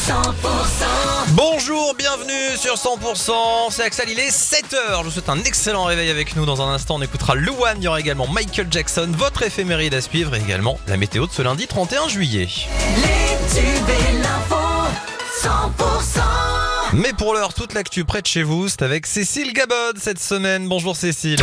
Bonjour, bienvenue sur 100%, c'est Axel, il est 7h, je vous souhaite un excellent réveil avec nous. Dans un instant on écoutera Luan, il y aura également Michael Jackson, votre éphéméride à suivre et également la météo de ce lundi 31 juillet. Les tubes et l'info, 100%. Mais pour l'heure, toute l'actu près de chez vous, c'est avec Cécile Gabod cette semaine. Bonjour Cécile.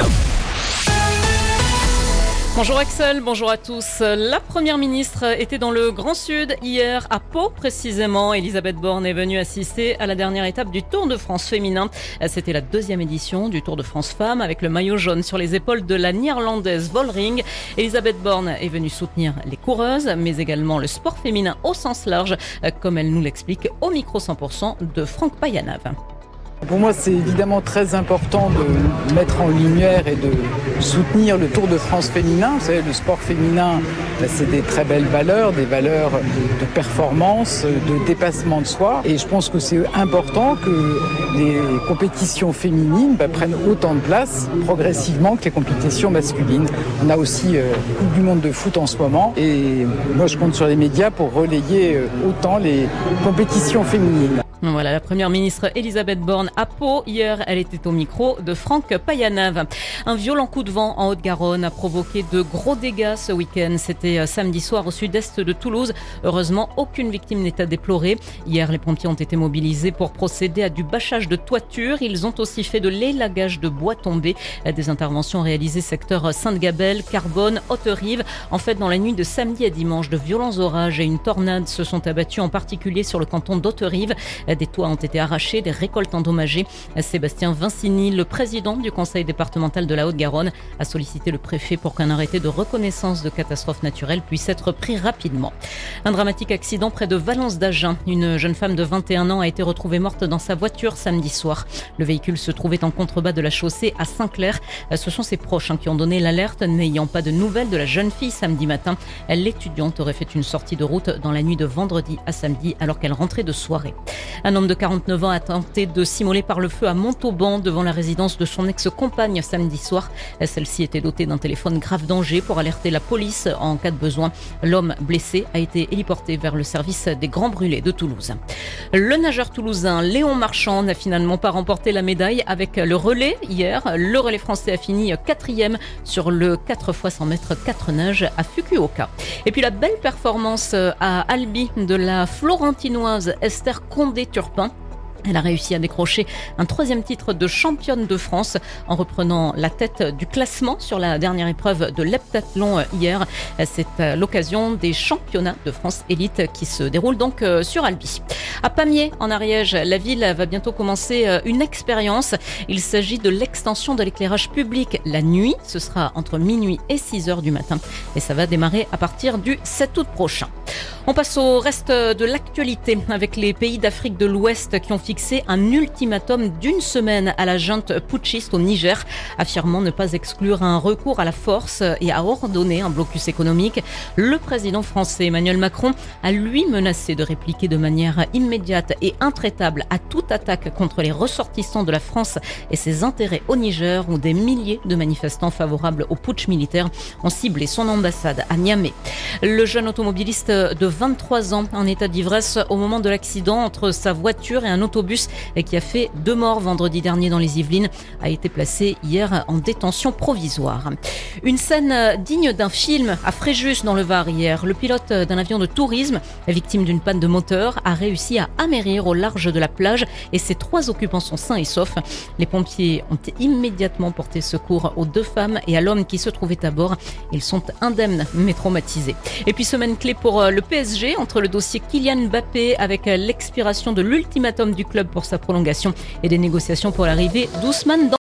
Bonjour Axel, bonjour à tous. La première ministre était dans le Grand Sud hier, à Pau précisément. Elisabeth Borne est venue assister à la dernière étape du Tour de France féminin. C'était la deuxième édition du Tour de France femmes avec le maillot jaune sur les épaules de la néerlandaise Vollering. Elisabeth Borne est venue soutenir les coureuses, mais également le sport féminin au sens large, comme elle nous l'explique au micro 100% de Franck Payanav. Pour moi, c'est évidemment très important de mettre en lumière et de soutenir le Tour de France féminin. Vous savez, le sport féminin, c'est des très belles valeurs, des valeurs de performance, de dépassement de soi. Et je pense que c'est important que les compétitions féminines prennent autant de place progressivement que les compétitions masculines. On a aussi Coupe du Monde de foot en ce moment. Et moi, je compte sur les médias pour relayer autant les compétitions féminines. Voilà, la première ministre Elisabeth Borne à Pau. Hier, elle était au micro de Franck Payanav. Un violent coup de vent en Haute-Garonne a provoqué de gros dégâts ce week-end. C'était samedi soir au sud-est de Toulouse. Heureusement, aucune victime n'est à déplorer. Hier, les pompiers ont été mobilisés pour procéder à du bâchage de toiture. Ils ont aussi fait de l'élagage de bois tombé. Des interventions réalisées secteur Sainte-Gabelle, Carbone, Haute-Rive. En fait, dans la nuit de samedi à dimanche, de violents orages et une tornade se sont abattus, en particulier sur le canton d'Haute-Rive. Des toits ont été arrachés, des récoltes endommagées. Sébastien Vincini, le président du conseil départemental de la Haute-Garonne, a sollicité le préfet pour qu'un arrêté de reconnaissance de catastrophe naturelle puisse être pris rapidement. Un dramatique accident près de Valence d'Agen. Une jeune femme de 21 ans a été retrouvée morte dans sa voiture samedi soir. Le véhicule se trouvait en contrebas de la chaussée à Saint-Clair. Ce sont ses proches qui ont donné l'alerte, n'ayant pas de nouvelles de la jeune fille samedi matin. L'étudiante aurait fait une sortie de route dans la nuit de vendredi à samedi alors qu'elle rentrait de soirée. Un homme de 49 ans a tenté de s'immoler par le feu à Montauban devant la résidence de son ex-compagne samedi soir. Celle-ci était dotée d'un téléphone grave danger pour alerter la police en cas de besoin. L'homme blessé a été héliporté vers le service des Grands Brûlés de Toulouse. Le nageur toulousain Léon Marchand n'a finalement pas remporté la médaille avec le relais hier. Le relais français a fini 4e sur le 4x100 mètres 4 nages à Fukuoka. Et puis la belle performance à Albi de la Florentinoise Esther Condé-Turpin. Elle a réussi à décrocher un 3e titre de championne de France en reprenant la tête du classement sur la dernière épreuve de l'heptathlon hier. C'est l'occasion des championnats de France élite qui se déroulent donc sur Albi. À Pamiers, en Ariège, la ville va bientôt commencer une expérience. Il s'agit de l'extension de l'éclairage public la nuit. Ce sera entre minuit et 6h du matin. Et ça va démarrer à partir du 7 août prochain. On passe au reste de l'actualité avec les pays d'Afrique de l'Ouest qui ont fixé un ultimatum d'1 semaine à la junte putschiste au Niger, affirmant ne pas exclure un recours à la force et à ordonner un blocus économique. Le président français Emmanuel Macron a lui menacé de répliquer de manière immédiate et intraitable à toute attaque contre les ressortissants de la France et ses intérêts au Niger, où des milliers de manifestants favorables au putsch militaire ont ciblé son ambassade à Niamey. Le jeune automobiliste de 23 ans en état d'ivresse au moment de l'accident entre sa voiture et un autobus qui a fait 2 morts vendredi dernier dans les Yvelines a été placé hier en détention provisoire. Une scène digne d'un film à Fréjus dans le Var hier. Le pilote d'un avion de tourisme, victime d'une panne de moteur, a réussi à amérir au large de la plage et ses 3 occupants sont sains et saufs. Les pompiers ont immédiatement porté secours aux 2 femmes et à l'homme qui se trouvait à bord. Ils sont indemnes mais traumatisés. Et puis semaine clé pour le PSG entre le dossier Kylian Mbappé avec l'expiration de l'ultimatum du club pour sa prolongation et des négociations pour l'arrivée d'Ousmane